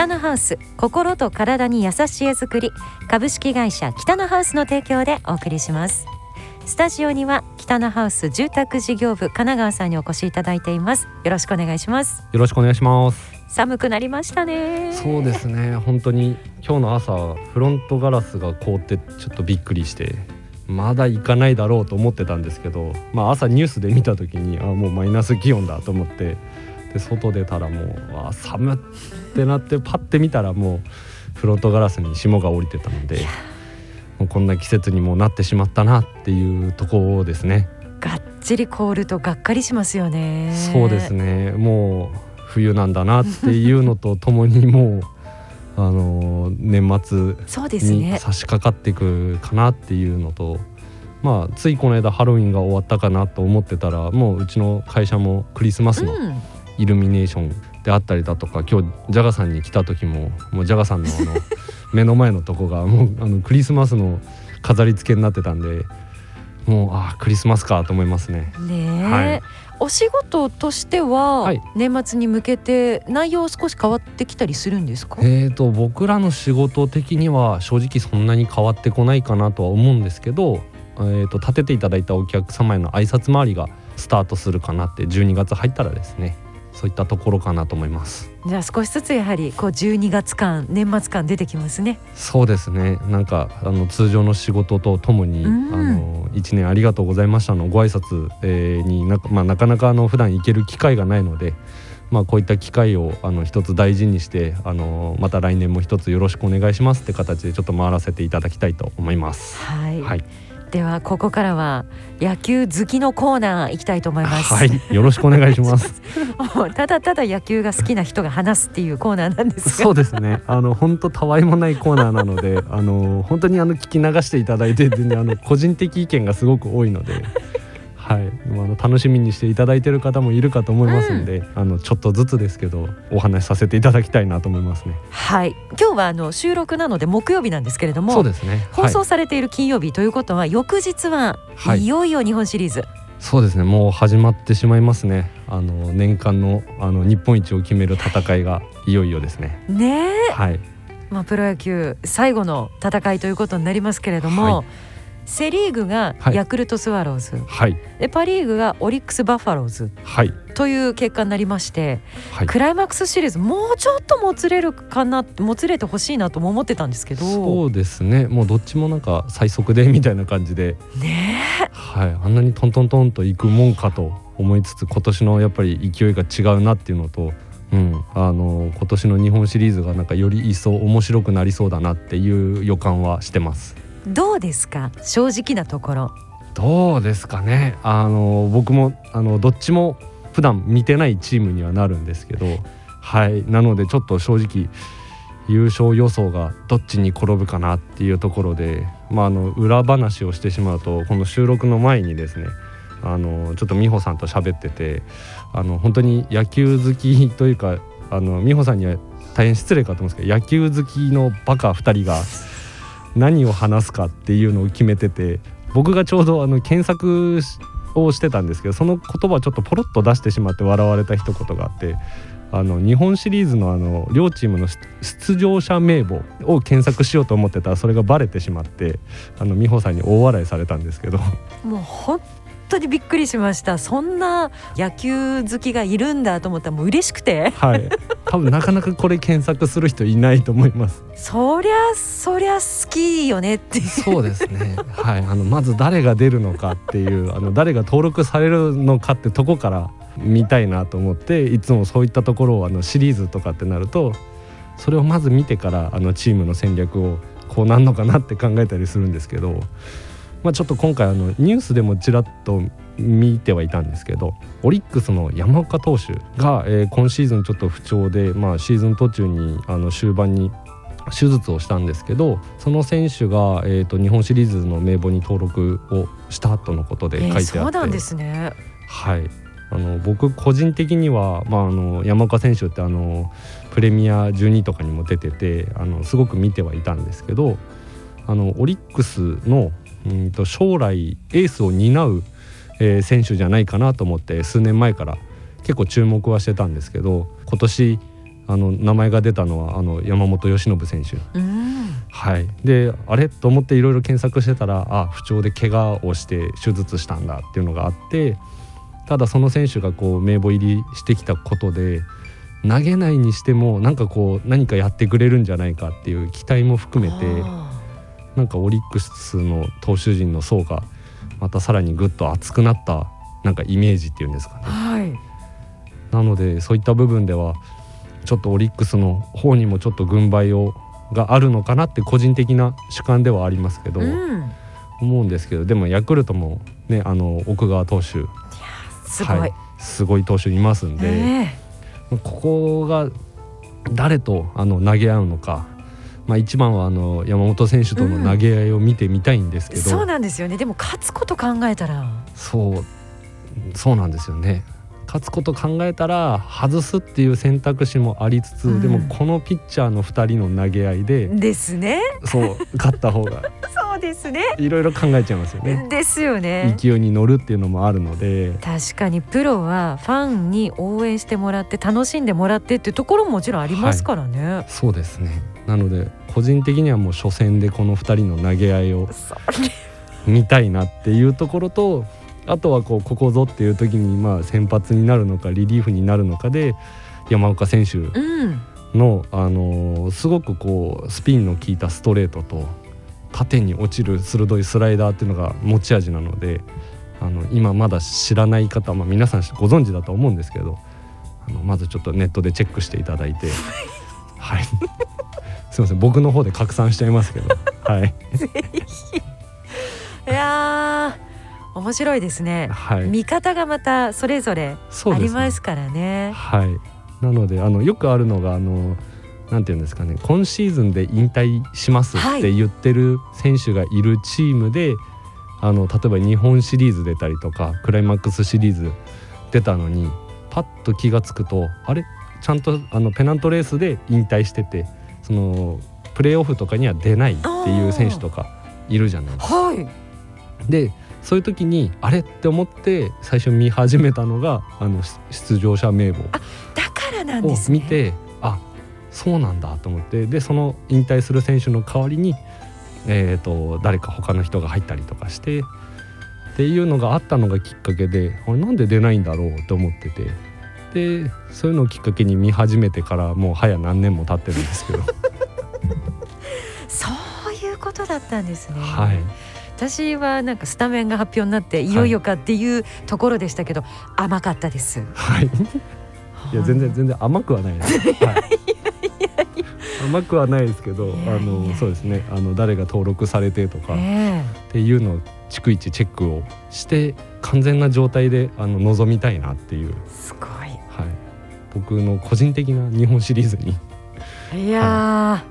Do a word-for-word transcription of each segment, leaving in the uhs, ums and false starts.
野ハウス、心と体に優しい絵作り、株式会社北野ハウスの提供でお送りします。スタジオには北野ハウス住宅事業部神奈川さんにお越しいただいています。よろしくお願いします。 よろしくお願いします。 寒くなりましたね。 そうですね、本当に今日の朝フロントガラスが凍ってちょっとびっくりして、まだ行かないだろうと思ってたんですけど、まあ、朝ニュースで見た時にあもうマイナス気温だと思って、で外出たらもうあ寒ってなってパッて見たらもうフロントガラスに霜が降りてたので、もうこんな季節にもなってしまったなっていうところですね。 がっちり凍るとがっかりしますよね。 そうですね、もう冬なんだなっていうのとともにもうあの年末に差し掛かっていくかなっていうのと、まあ、ついこの間ハロウィンが終わったかなと思ってたら、もううちの会社もクリスマスのイルミネーションであったりだとか、今日ジャガさんに来た時ももうジャガさんのあの目の前のとこがもうあのクリスマスの飾り付けになってたんで、もうあクリスマスかと思いますね。 ねえ、 はい、 お仕事としては、 はい、 年末に向けて内容少し変わってきたりするんですか？ えーと僕らの仕事的には正直そんなに変わってこないかなとは思うんですけど、えーと立てていただいたお客様への挨拶回りがスタートするかなって、じゅうにがつ入ったらですね、そういったところかなと思います。 じゃあ少しずつやはりこうじゅうにがつ感、年末感出てきますね。 そうですね、なんかあの通常の仕事とともに、あのいちねんありがとうございましたのご挨拶、えー、にな、まあ、なかなかあの普段行ける機会がないので、まあ、こういった機会をあの一つ大事にして、あのまた来年も一つよろしくお願いしますって形でちょっと回らせていただきたいと思います。 はい、 はい、 ではここからは野球好きのコーナー行きたいと思います。 はい、よろしくお願いしますただただ野球が好きな人が話すっていうコーナーなんですがそうですね、あの本当たわいもないコーナーなのであの本当にあの聞き流していただいて、ね、あの個人的意見がすごく多いのではい、あの楽しみにしていただいている方もいるかと思いますので、うん、あのちょっとずつですけどお話しさせていただきたいなと思いますね。 はい、今日はあの収録なので木曜日なんですけれども、 そうですね、 放送されている金曜日ということは、はい、翌日はいよいよ日本シリーズ、はい、 そうですね、もう始まってしまいますね。あの年間 の, あの日本一を決める戦いがいよいよですね。 ねえ、 はい、 まあ、プロ野球最後の戦いということになりますけれども、はい、セリーグがヤクルトスワローズ、はい、でパリーグがオリックスバファローズ、はい、という結果になりまして、はい、クライマックスシリーズもうちょっともつれるかな、もつれてほしいなとも思ってたんですけど、 そうですね、もうどっちもなんか最速でみたいな感じで、 ねえ、 はい、あんなにトントントンといくもんかと思いつつ、今年のやっぱり勢いが違うなっていうのと、うん、あの今年の日本シリーズがなんかより一層面白くなりそうだなっていう予感はしてます。 どうですか、正直なところ。 どうですかね、あの僕もあのどっちも普段見てないチームにはなるんですけど、はい、なのでちょっと正直優勝予想がどっちに転ぶかなっていうところで、まあ、あの裏話をしてしまうと、この収録の前にですね、あのちょっと美穂さんと喋ってて、あの本当に野球好きというか、あの美穂さんには大変失礼かと思うんですけど、野球好きのバカふたりが何を話すかっていうのを決めてて、僕がちょうどあの検索をしてたんですけど、その言葉をちょっとポロッと出してしまって笑われた一言があって、あの日本シリーズ の, あの両チームの出場者名簿を検索しようと思ってたら、それがバレてしまって、あの美穂さんに大笑いされたんですけど、 もう本当にびっくりしました。そんな野球好きがいるんだと思ったらもう嬉しくて、 はい、多分なかなかこれ検索する人いないと思いますそりゃそりゃ好きよねっていう。 そうですね、はい、あのまず誰が出るのかっていう、あの誰が登録されるのかってとこから見たいなと思って、いつもそういったところをあのシリーズとかってなると、それをまず見てからあのチームの戦略をこうなんのかなって考えたりするんですけど、まあ、ちょっと今回あのニュースでもちらっと見てはいたんですけど、オリックスの山岡投手が、えー、今シーズンちょっと不調で、まあ、シーズン途中にあの終盤に手術をしたんですけど、その選手が、えー、と日本シリーズの名簿に登録をした後のことで書いてあって、えー、 そうなんですね。 はい、あの僕個人的には、まあ、あの山岡選手ってあのプレミアじゅうにとかにも出てて、あのすごく見てはいたんですけど、あのオリックスのうんと将来エースを担う、えー、選手じゃないかなと思って数年前から結構注目はしてたんですけど、今年あの名前が出たのはあの山本由伸選手、 うん、 はい、であれと思っていろいろ検索してたらあ不調で怪我をして手術したんだっていうのがあって、ただその選手がこう名簿入りしてきたことで投げないにしてもなんかこう何かやってくれるんじゃないかっていう期待も含めて、なんかオリックスの投手陣の層がまたさらにぐっと厚くなったなんかイメージっていうんですかね、 はい、 なのでそういった部分ではちょっとオリックスの方にもちょっと軍配をがあるのかなって個人的な主観ではありますけど、うん、思うんですけど、でもヤクルトもねあの奥川投手、いやすごい、はい、 すごい投手いますんで、えー、ここが誰とあの投げ合うのか、まあ、一番はあの山本選手との投げ合いを見てみたいんですけど、うん、 そうなんですよね。でも勝つこと考えたらそうそうなんですよね。勝つこと考えたら外すっていう選択肢もありつつ、うん、でもこのピッチャーのふたりの投げ合いでですね、 そう勝った方がそうですね、 いろいろ考えちゃいますよね。 ですよね。 勢いに乗るっていうのもあるので、 確かにプロはファンに応援してもらって楽しんでもらってっていうところももちろんありますからね、はい、 そうですね。なので個人的にはもう初戦でこのふたりの投げ合いを見たいなっていうところと、あとはこうここぞっていう時にまあ先発になるのかリリーフになるのかで山岡選手の、うん、あのすごくこうスピンの効いたストレートと縦に落ちる鋭いスライダーっていうのが持ち味なので、あの今まだ知らない方、まあ、皆さんご存知だと思うんですけど、あのまずちょっとネットでチェックしていただいてはいすいません僕の方で拡散しちゃいますけどはいぜひいや面白いですね、はい、見方がまたそれぞれありますからね。 はい、なのであのよくあるのがあのなんていうんですかね、今シーズンで引退しますって言ってる選手がいるチームで、はい、あの例えば日本シリーズ出たりとかクライマックスシリーズ出たのにパッと気がつくとあれちゃんとあのペナントレースで引退しててそのプレーオフとかには出ないっていう選手とかいるじゃないですか。はい、でそういう時にあれって思って最初見始めたのがあの出場者名簿を見て、あそうなんだと思って、でその引退する選手の代わりに、えーと、誰か他の人が入ったりとかしてっていうのがあったのがきっかけで、あれなんで出ないんだろうって思ってて、でそういうのをきっかけに見始めてからもう早何年も経ってるんですけどそういうことだったんですね。 はい、 私はなんかスタメンが発表になっていよいよかっていうところでしたけど、はい、甘かったです。 はい。いや全然全然甘くはないです。はい、甘くはないですけど、あのそうですね。あの誰が登録されてとかっていうのを逐一チェックをして完全な状態であの臨みたいなっていう。 すごい。はい。 僕の個人的な日本シリーズに。 いやー、はい、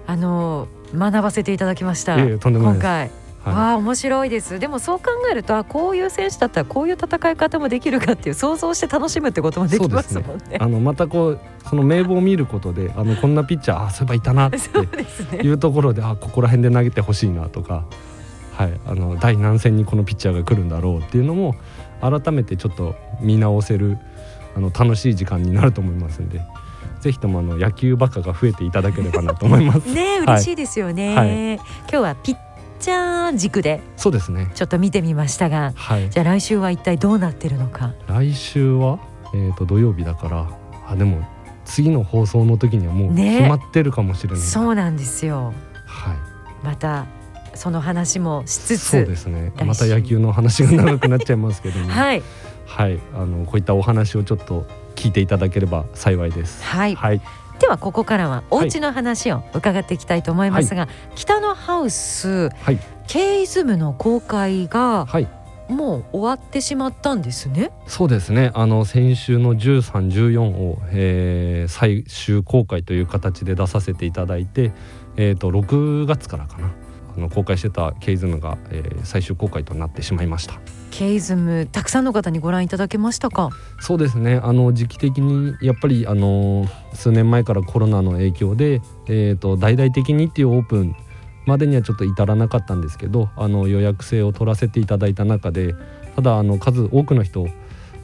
あの学ばせていただきました。 いやいやとんでもないです。 今回。はい、あ面白いです。でもそう考えるとこういう選手だったらこういう戦い方もできるかっていう想像して楽しむってこともできますもんね。そうですね。あのまたこうその名簿を見ることであのこんなピッチャーあそういえばいたなっていうところで、あここら辺で投げてほしいなとか、はい、あの第何戦にこのピッチャーが来るんだろうっていうのも改めてちょっと見直せるあの楽しい時間になると思いますんで、ぜひともあの野球バカが増えていただければなと思いますね。嬉しいですよね。はい、今日はピッピッチャー軸でそうですねちょっと見てみましたが、はい、じゃあ来週は一体どうなってるのか。 来週は、えー、と土曜日だからあでも次の放送の時にはもう決まってるかもしれない、ね、 そうなんですよ、 はい、 またその話もしつつそうですねまた野球の話が長くなっちゃいますけども、はい、はい、あのこういったお話をちょっと聞いていただければ幸いです。 はい、はいではここからはお家の話を伺っていきたいと思いますが、はい、北のハウス、はい、K イズムの公開がもう終わってしまったんですね。 そうですね、あの先週のじゅうさん、じゅうよんを、えー、最終公開という形で出させていただいて、えー、とろくがつからかなあの公開してた K イズムが、えー、最終公開となってしまいました。 K イズムたくさんの方にご覧いただけましたか。 そうですね、あの時期的にやっぱりあの数年前からコロナの影響で、えー、と大々的にっていうオープンまでにはちょっと至らなかったんですけど、あの予約制を取らせていただいた中でただあの数多くの人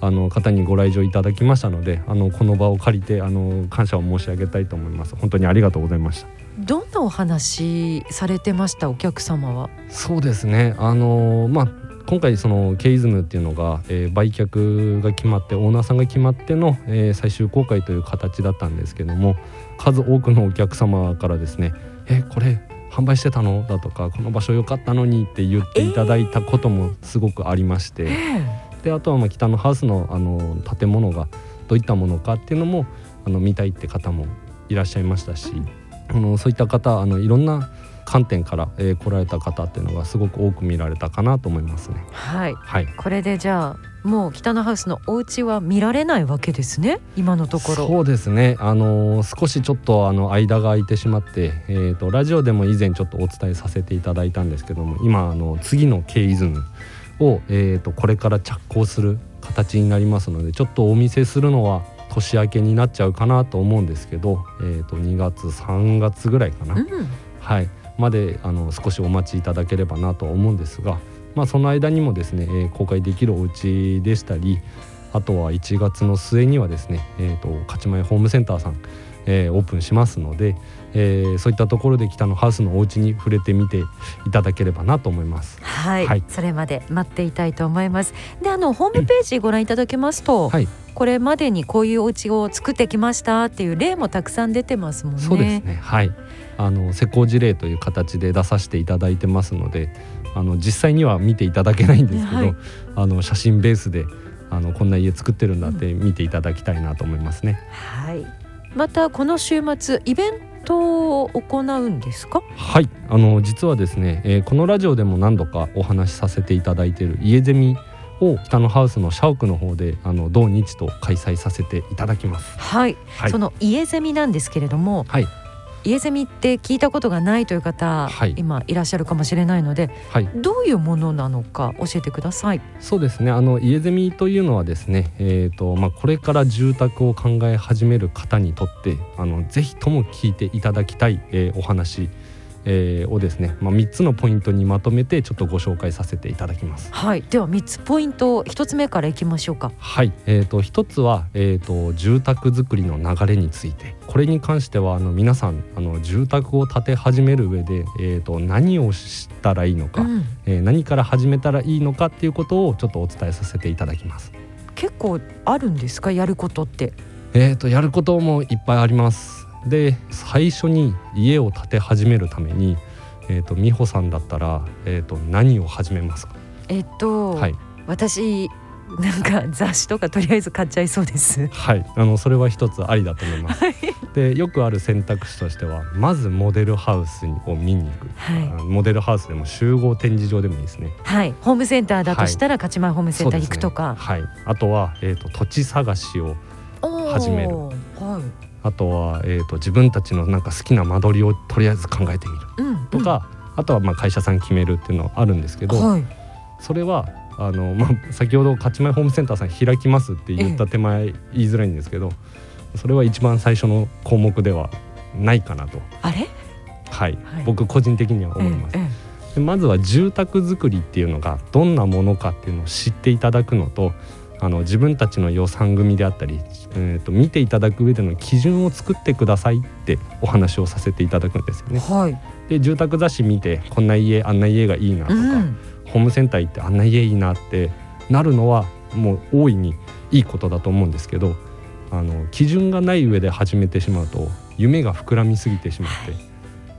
あの方にご来場いただきましたので、あのこの場を借りてあの感謝を申し上げたいと思います。本当にありがとうございました。 どんなお話されてました、お客様は。 そうですね、あのまあ今回その K イズムっていうのが、えー、売却が決まってオーナーさんが決まっての、えー、最終公開という形だったんですけども、数多くのお客様からですね、えこれ販売してたのだとか、この場所良かったのにって言っていただいたこともすごくありまして、えー、であとはまあ北のハウスの、あの建物がどういったものかっていうのもあの見たいって方もいらっしゃいましたし、あのそういった方、あのいろんな観点から、えー、来られた方っていうのがすごく多く見られたかなと思いますね。 はい、はい、これでじゃあもう北のハウスのお家は見られないわけですね、今のところ。 そうですね、あのー、少しちょっとあの間が空いてしまって、えーと、ラジオでも以前ちょっとお伝えさせていただいたんですけども、今あの次の K イズムを、えーと、これから着工する形になりますので、ちょっとお見せするのは年明けになっちゃうかなと思うんですけど、えーとにがつさんがつぐらいかな、うん、はいまであの少しお待ちいただければなと思うんですが、まあ、その間にもですね、えー、公開できるお家でしたり、あとはいちがつの末にはですね、えーと勝前ホームセンターさん、えー、オープンしますので、えー、そういったところで北のハウスのお家に触れてみていただければなと思います。 はい、はい、それまで待っていたいと思います。で、あのホームページご覧いただけますと、はい、これまでにこういうお家を作ってきましたっていう例もたくさん出てますもんね。 そうですね、はい、あの施工事例という形で出させていただいてますので、あの実際には見ていただけないんですけど、はい、あの写真ベースであのこんな家作ってるんだって見ていただきたいなと思いますね。 うん、はい。またこの週末イベントを行うんですか？ はい、あの実はですね、えー、このラジオでも何度かお話しさせていただいている家ゼミを北のハウスの社屋の方であの同日と開催させていただきます。 はい、はい、その家ゼミなんですけれども、はい、家ゼミって聞いたことがないという方、はい、今いらっしゃるかもしれないので、はい、どういうものなのか教えてください。 そうですね、あの家ゼミというのはですね、えーとまあ、これから住宅を考え始める方にとってあのぜひとも聞いていただきたい、えー、お話、えー、をですね、まあ、みっつのポイントにまとめてちょっとご紹介させていただきます。 はい、ではみっつポイントひとつめからいきましょうか。 はい、えー、とひとつは、えー、と住宅作りの流れについて、これに関してはあの皆さんあの住宅を建て始める上で、えー、と何をしたらいいのか、うんえー、何から始めたらいいのかっていうことをちょっとお伝えさせていただきます。 結構あるんですか、やることって？ えー、とやることもいっぱいあります。で最初に家を建て始めるために、えー、と美穂さんだったら、えー、と何を始めますか？ えっと、はい、私なんか雑誌とかとりあえず買っちゃいそうです。 はい、あのそれは一つありだと思います。はい、でよくある選択肢としてはまずモデルハウスを見に行く、はい、モデルハウスでも集合展示場でもいいですね。 はい、ホームセンターだとしたら、はい、勝前ホームセンター行くとか、ね、 はい、あとは、えー、と土地探しを始める、はい、あとは、えー、と自分たちのなんか好きな間取りをとりあえず考えてみる、うん、とか、うん、あとはまあ会社さん決めるっていうのはあるんですけど、はい、それはあの、まあ、先ほど勝前ホームセンターさん開きますって言った手前言いづらいんですけど、それは一番最初の項目ではないかなと。 あれ、 はい、はい、僕個人的には思います。でまずは住宅作りっていうのがどんなものかっていうのを知っていただくのと、あの自分たちの予算組であったり、えー、と見ていただく上での基準を作ってくださいってお話をさせていただくんですよね。はい、で住宅雑誌見てこんな家あんな家がいいなとか、うん、ホームセンター行ってあんな家いいなってなるのはもう大いにいいことだと思うんですけど、あの基準がない上で始めてしまうと夢が膨らみすぎてしまって、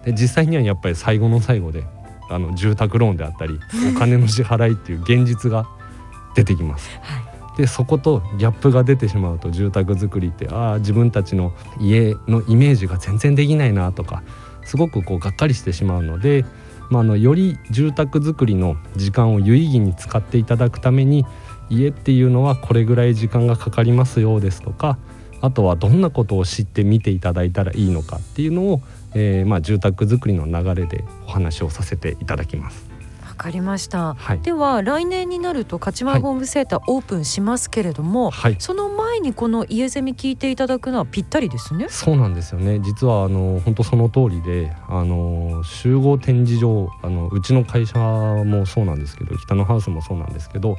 で実際にはやっぱり最後の最後であの住宅ローンであったりお金の支払いっていう現実が出てきます。はい、でそことギャップが出てしまうと住宅作りってあ自分たちの家のイメージが全然できないなとかすごくこうがっかりしてしまうので、まあ、あのより住宅作りの時間を有意義に使っていただくために家っていうのはこれぐらい時間がかかりますよですとか、あとはどんなことを知って見ていただいたらいいのかっていうのを、えーまあ、住宅作りの流れでお話をさせていただきます。 わかりました。はい、では来年になると勝前ホームセンターオープンしますけれども、はい、その前にこの家ゼミ聞いていただくのはぴったりですね。 そうなんですよね。実はあの本当その通りで、あの集合展示場、あのうちの会社もそうなんですけど北のハウスもそうなんですけど、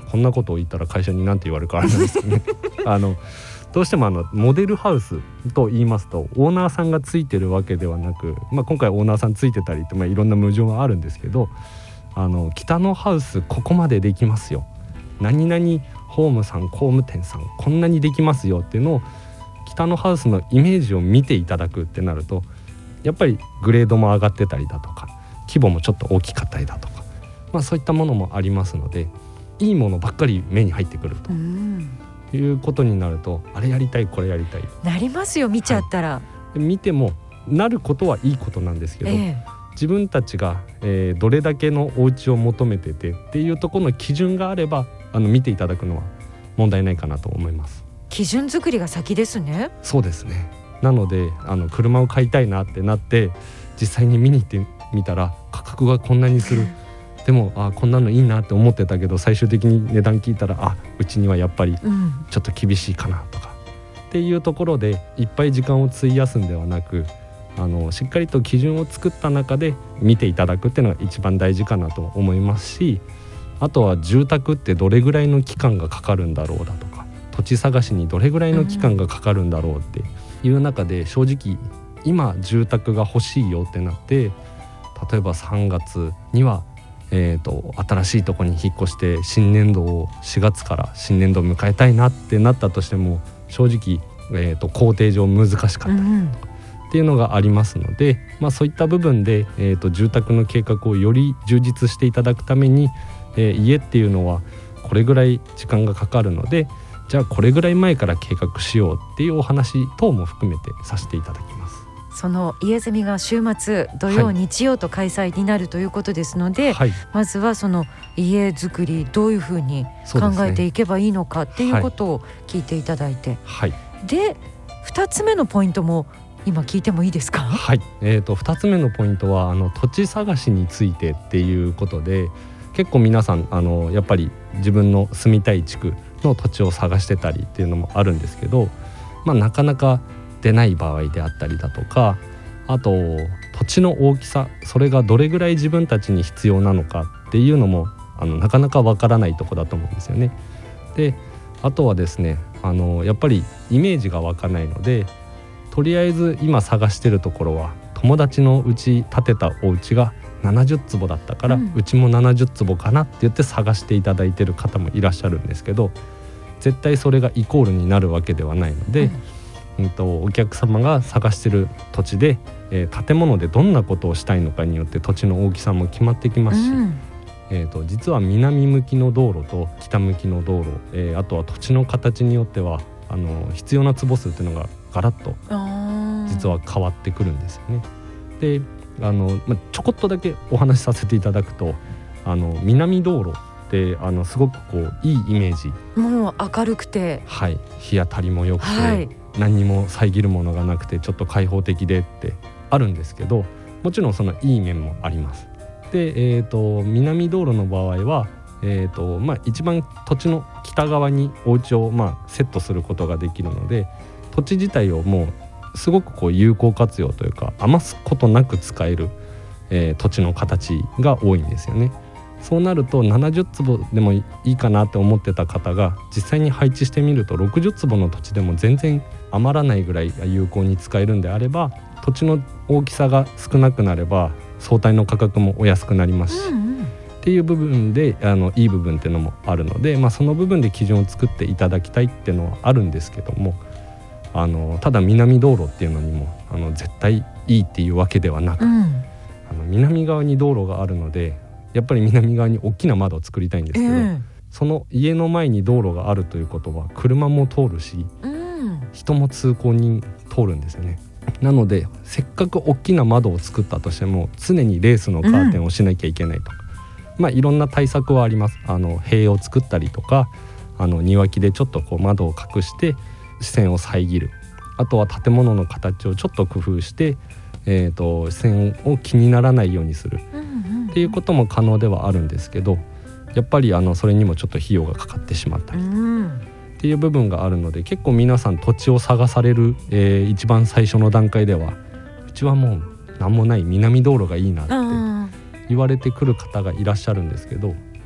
こんなことを言ったら会社に何て言われるかあれなんですけどねあのどうしてもあのモデルハウスと言いますとオーナーさんがついてるわけではなく、まあ、今回オーナーさんついてたりって、まあ、いろんな矛盾はあるんですけど、あの北のハウスここまでできますよ、何々ホームさん工務店さんこんなにできますよっていうのを北のハウスのイメージを見ていただくってなると、やっぱりグレードも上がってたりだとか規模もちょっと大きかったりだとか、まあ、そういったものもありますので、いいものばっかり目に入ってくるということになると、あれやりたいこれやりたいなりますよ、見ちゃったら、はい、 見てもなることはいいことなんですけど、えー、自分たちが、えー、どれだけのお家を求めててっていうところの基準があれば、あの見ていただくのは問題ないかなと思います。 基準作りが先ですね。 そうですね。なのであの車を買いたいなってなって実際に見に行ってみたら価格がこんなにするでもあこんなのいいなって思ってたけど、最終的に値段聞いたらあうちにはやっぱりちょっと厳しいかなとか、うん、っていうところでいっぱい時間を費やすんではなく、あのしっかりと基準を作った中で見ていただくっていうのが一番大事かなと思いますし、あとは住宅ってどれぐらいの期間がかかるんだろうだとか、土地探しにどれぐらいの期間がかかるんだろうっていう中で、正直今住宅が欲しいよってなって、例えばさんがつにはえーと、新しいところに引っ越して新年度をしがつから新年度を迎えたいなってなったとしても、正直、えーと、工程上難しかったりとかっていうのがありますので、まあ、そういった部分で、えーと、住宅の計画をより充実していただくために、えー、家っていうのはこれぐらい時間がかかるので、じゃあこれぐらい前から計画しようっていうお話等も含めてさせていただきます。 その家ゼミが週末土曜、はい、日曜と開催になるということですので、はい、まずはその家づくりどういうふうに考えていけばいいのかっていうことを聞いていただいて、はい、でふたつめのポイントも今聞いてもいいですか？ はい、えーと、ふたつめのポイントはあの土地探しについてっていうことで、結構皆さんあのやっぱり自分の住みたい地区の土地を探してたりっていうのもあるんですけど、まあ、なかなか出ない場合であったりだとか、あと土地の大きさ、それがどれぐらい自分たちに必要なのかっていうのもあのなかなかわからないところだと思うんですよね。で、あとはですね、あのやっぱりイメージがわからないので、とりあえず今探してるところは友達のうち建てたお家がななじゅっつぼだったから、うん、うちもななじゅっつぼかなって言って探していただいてる方もいらっしゃるんですけど、絶対それがイコールになるわけではないので、うんうんと、お客様が探してる土地で、えー、建物でどんなことをしたいのかによって土地の大きさも決まってきますし、うんえーと、実は南向きの道路と北向きの道路、えー、あとは土地の形によってはあの必要な坪数っていうのがガラッと実は変わってくるんですよね。であの、ま、ちょこっとだけお話しさせていただくと、あの南道路ってあのすごくこういいイメージ、 もう明るくて、 はい、日当たりも良くて、はい、何にも遮るものがなくてちょっと開放的でってあるんですけど、もちろんそのいい面もあります。で、えーと、南道路の場合は、えーとまあ、一番土地の北側にお家をまあセットすることができるので、土地自体をもうすごくこう有効活用というか余すことなく使える、えー、土地の形が多いんですよね。そうなるとななじゅっつぼでもいいかなって思ってた方が実際に配置してみるとろくじゅっつぼの土地でも全然余らないぐらい有効に使えるんであれば、土地の大きさが少なくなれば相対の価格もお安くなりますし、うんうん、っていう部分であのいい部分っていうのもあるので、まあ、その部分で基準を作っていただきたいっていうのはあるんですけども、あのただ南道路っていうのにもあの絶対いいっていうわけではなく、うん、あの南側に道路があるのでやっぱり南側に大きな窓を作りたいんですけど、えー、その家の前に道路があるということは車も通るし、うん、人も通行人通るんですよね。なのでせっかく大きな窓を作ったとしても常にレースのカーテンをしなきゃいけないとか、うん、まあいろんな対策はあります。あの塀を作ったりとか、あの庭木でちょっとこう窓を隠して視線を遮る、あとは建物の形をちょっと工夫して、えーと、視線を気にならないようにする、うんうんうん、っていうことも可能ではあるんですけど、やっぱりあのそれにもちょっと費用がかかってしまったり、うんっていう部分があるので、結構皆さん土地を探される、えー、一番最初の段階ではうちはもう何もない南道路がいいなって言われてくる方がいらっしゃるんですけど、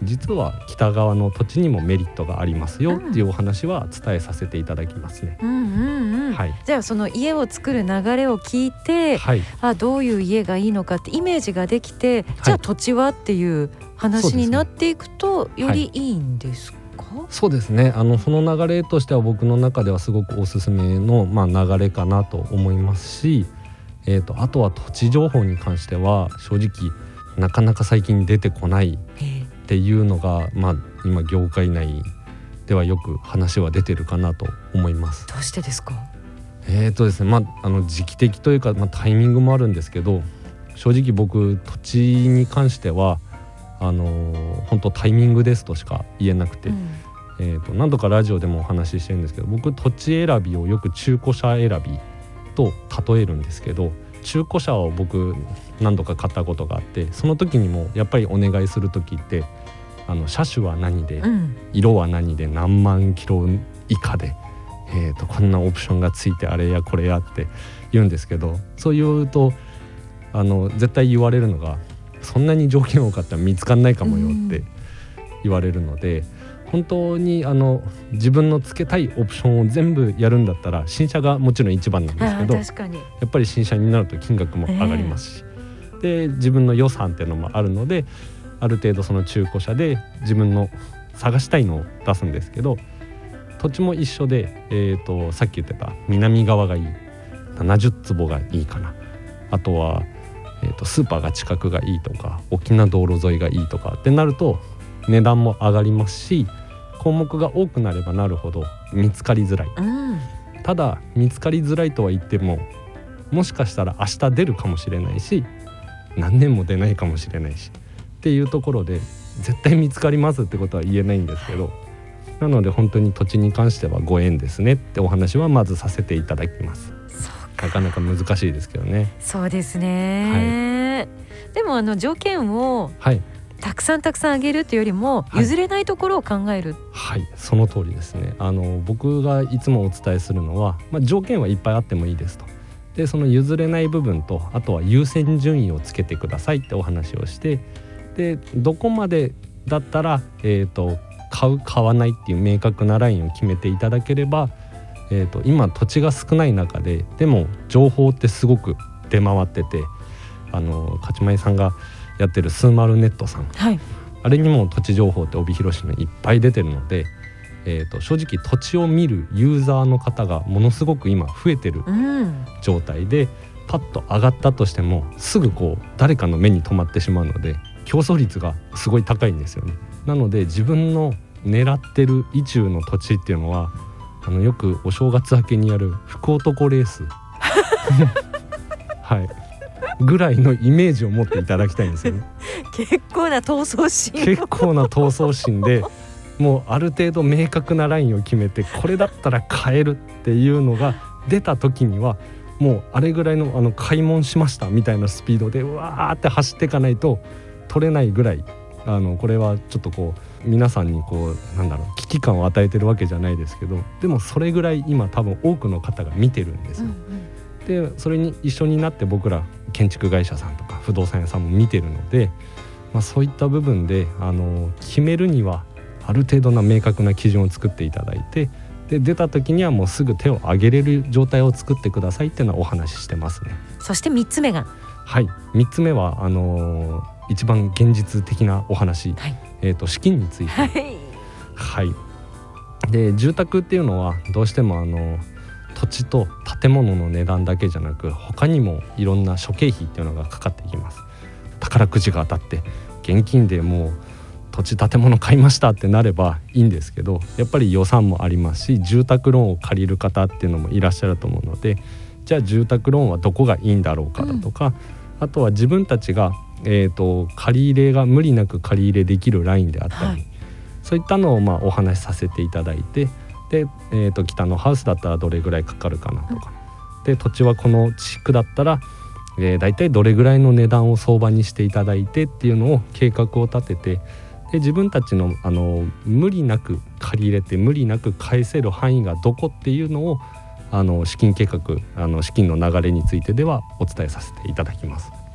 実は北側の土地にもメリットがありますよっていうお話は伝えさせていただきますね、 うんうんうんはい、じゃあその家を作る流れを聞いて、はい、あどういう家がいいのかってイメージができて、じゃあ土地はっていう話になっていくとよりいいんですか？ そうですね、あのその流れとしては僕の中ではすごくおすすめの、まあ、流れかなと思いますし、えーと、あとは土地情報に関しては正直なかなか最近出てこないっていうのが、まあ、今業界内ではよく話は出てるかなと思います。 どうしてですか？ えーとですね、まあ、あの時期的というか、まあ、タイミングもあるんですけど、正直僕土地に関してはあのー、本当タイミングですとしか言えなくて、うんえーと、何度かラジオでもお話ししてるんですけど、僕土地選びをよく中古車選びと例えるんですけど、中古車を僕何度か買ったことがあって、その時にもやっぱりお願いする時ってあの車種は何で、うん、色は何で何万キロ以下で、えーと、こんなオプションがついてあれやこれやって言うんですけど、そう言うとあの絶対言われるのが、そんなに条件多かったら見つかんないかもよって言われるので、うん本当にあの自分のつけたいオプションを全部やるんだったら新車がもちろん一番なんですけど、 確かにやっぱり新車になると金額も上がりますし、えー、で自分の予算っていうのもあるので、ある程度その中古車で自分の探したいのを出すんですけど、土地も一緒で、えーと、さっき言ってた南側がいい、ななじゅうつぼがいいかな、あとは、えーと、スーパーが近くがいいとか大きな道路沿いがいいとかってなると値段も上がりますし、項目が多くなればなるほど見つかりづらい、うん、ただ見つかりづらいとは言っても、もしかしたら明日出るかもしれないし何年も出ないかもしれないしっていうところで絶対見つかりますってことは言えないんですけど、なので本当に土地に関してはご縁ですねってお話はまずさせていただきます。なかなか難しいですけどね。 そうですね、はい、でもあの条件を、はいたくさんたくさんあげるっていうよりも譲れないところを考える、 はい、はい、その通りですね。あの僕がいつもお伝えするのは、まあ、条件はいっぱいあってもいいですと。でその譲れない部分と、あとは優先順位をつけてくださいってお話をして、でどこまでだったら、えーと、買う買わないっていう明確なラインを決めていただければ、えーと、今土地が少ない中ででも情報ってすごく出回ってて、あの勝ち前さんがやってるスーマルネットさん、はい、あれにも土地情報って帯広市のいっぱい出てるので、えーと、正直土地を見るユーザーの方がものすごく今増えてる状態で、うん、パッと上がったとしてもすぐこう誰かの目に留まってしまうので競争率がすごい高いんですよね。なので自分の狙ってる意中の土地っていうのは、あのよくお正月明けにやる福男レースはいぐらいのイメージを持っていただきたいんですよね。 結構な闘争心結構な闘争心でもうある程度明確なラインを決めて、これだったら買えるっていうのが出た時にはもうあれぐらいの、あの開門しましたみたいなスピードでうわーって走っていかないと取れないぐらい、あのこれはちょっとこう皆さんにこうなんだろう危機感を与えてるわけじゃないですけど、でもそれぐらい今多分多くの方が見てるんですよ、うんうん、でそれに一緒になって僕ら建築会社さんとか不動産屋さんも見てるので、まあ、そういった部分であの決めるにはある程度な明確な基準を作っていただいて、で出た時にはもうすぐ手を挙げれる状態を作ってくださいっていうのはお話ししてますね。 そしてみっつめが、 はいみっつめはあのー、一番現実的なお話、はいえーと、資金について、はい、はい、で住宅っていうのはどうしてもあの土地と建物の値段だけじゃなく他にもいろんな諸経費っていうのがかかっていきます。宝くじが当たって現金でもう土地建物買いましたってなればいいんですけど、やっぱり予算もありますし住宅ローンを借りる方っていうのもいらっしゃると思うので、じゃあ住宅ローンはどこがいいんだろうかだとか、うん、あとは自分たちが、えーと、借り入れが無理なく借り入れできるラインであったり、はい、そういったのをまあお話しさせていただいて、で、えーと、北のハウスだったらどれぐらいかかるかなとか、うん、で土地はこの地区だったらえー、だいたいどれぐらいの値段を相場にしていただいてっていうのを計画を立てて、で自分たちの、あの無理なく借り入れて無理なく返せる範囲がどこっていうのをあの資金計画あの資金の流れについてではお伝えさせていただきます。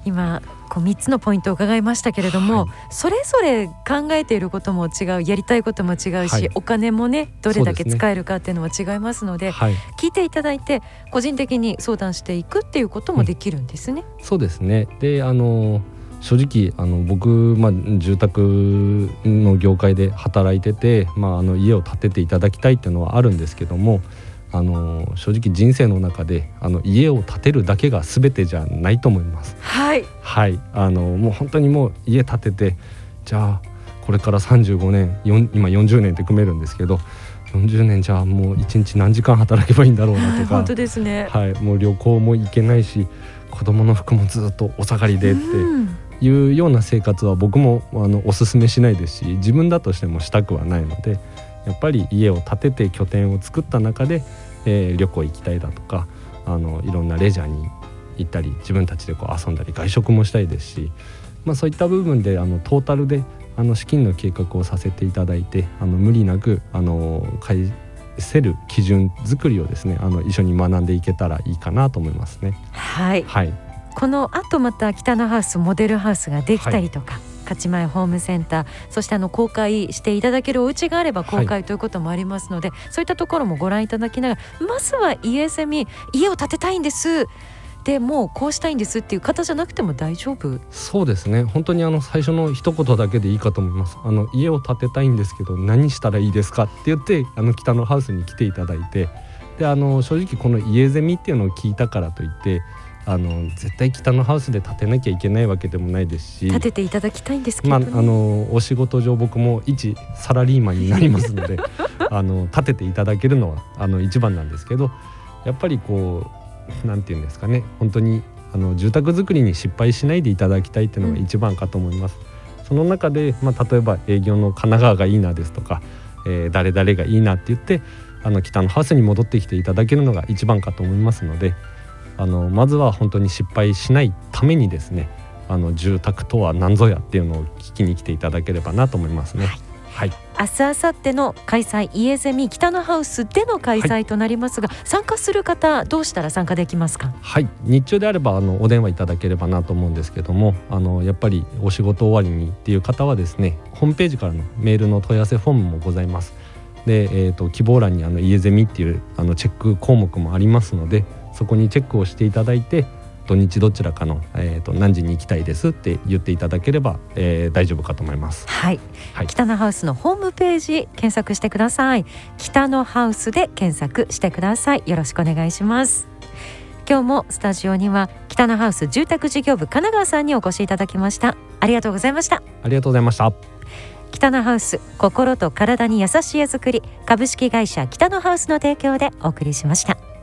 今こうみっつのポイントを伺いましたけれども、はい、それぞれ考えていることも違う、やりたいことも違うし、はい、お金もねどれだけ使えるかっていうのも違いますので、はい、聞いていただいて個人的に相談していくっていうこともできるんですね、 うん、そうですね。であの正直あの僕、まあ、住宅の業界で働いてて、まあ、あの家を建てていただきたいっていうのはあるんですけども、あの正直人生の中であの家を建てるだけが全てじゃないと思います。 はい、 はい、あのもう本当にもう家建てて、じゃあこれからさんじゅうごねん、よん今よんじゅうねんって組めるんですけど、よんじゅうねんじゃあもういちにち何時間働けばいいんだろうなとか、 本当ですね、 はい、もう旅行も行けないし子供の服もずっとお下がりでっていうような生活は僕もあのおすすめしないですし、自分だとしてもしたくはないので、やっぱり家を建てて拠点を作った中で、えー、旅行行きたいだとか、あのいろんなレジャーに行ったり自分たちでこう遊んだり外食もしたいですし、まあ、そういった部分であのトータルであの資金の計画をさせていただいて、あの無理なくあの返せる基準作りをですね、あの一緒に学んでいけたらいいかなと思いますね。 はい、 はい、 この後また北のハウスモデルハウスができたりとか、はい、勝ち前ホームセンター、そしてあの公開していただけるお家があれば公開ということもありますので、はい、そういったところもご覧いただきながら、まずは家住み、家を建てたいんですでもうこうしたいんですっていう方じゃなくても大丈夫。 そうですね、本当にあの最初の一言だけでいいかと思います。あの家を建てたいんですけど何したらいいですかって言ってあの北のハウスに来ていただいて、であの正直この家ゼミっていうのを聞いたからといってあの絶対北のハウスで建てなきゃいけないわけでもないですし、 建てていただきたいんですけど、ね、 まあ、あのお仕事上僕も一サラリーマンになりますのであの建てていただけるのはあの一番なんですけど、やっぱりこうなんていうんですかね、本当にあの住宅作りに失敗しないでいただきたいっていうのが一番かと思います、うん、その中で、まあ、例えば営業の神奈川がいいなですとか、えー、誰々がいいなって言ってあの北のハウスに戻ってきていただけるのが一番かと思いますので、あのまずは本当に失敗しないためにですね、あの住宅とは何ぞやっていうのを聞きに来ていただければなと思いますね。はいはい、 明日明後日の開催、家ゼミ北のハウスでの開催となりますが、はい、参加する方どうしたら参加できますか？ はい、日中であればあのお電話いただければなと思うんですけども、あのやっぱりお仕事終わりにっていう方はですね、ホームページからのメールの問い合わせフォームもございます。で、えーと、希望欄にあの家ゼミっていうあのチェック項目もありますので、そこにチェックをしていただいて、土日どちらかの、えー、と何時に行きたいですって言っていただければ、えー、大丈夫かと思います、 はい、はい、北のハウスのホームページ検索してください。北のハウスで検索してください。よろしくお願いします。今日もスタジオには北のハウス住宅事業部神奈川さんにお越しいただきました。ありがとうございました。 ありがとうございました。 北のハウス、心と体に優しい家づくり、株式会社北のハウスの提供でお送りしました。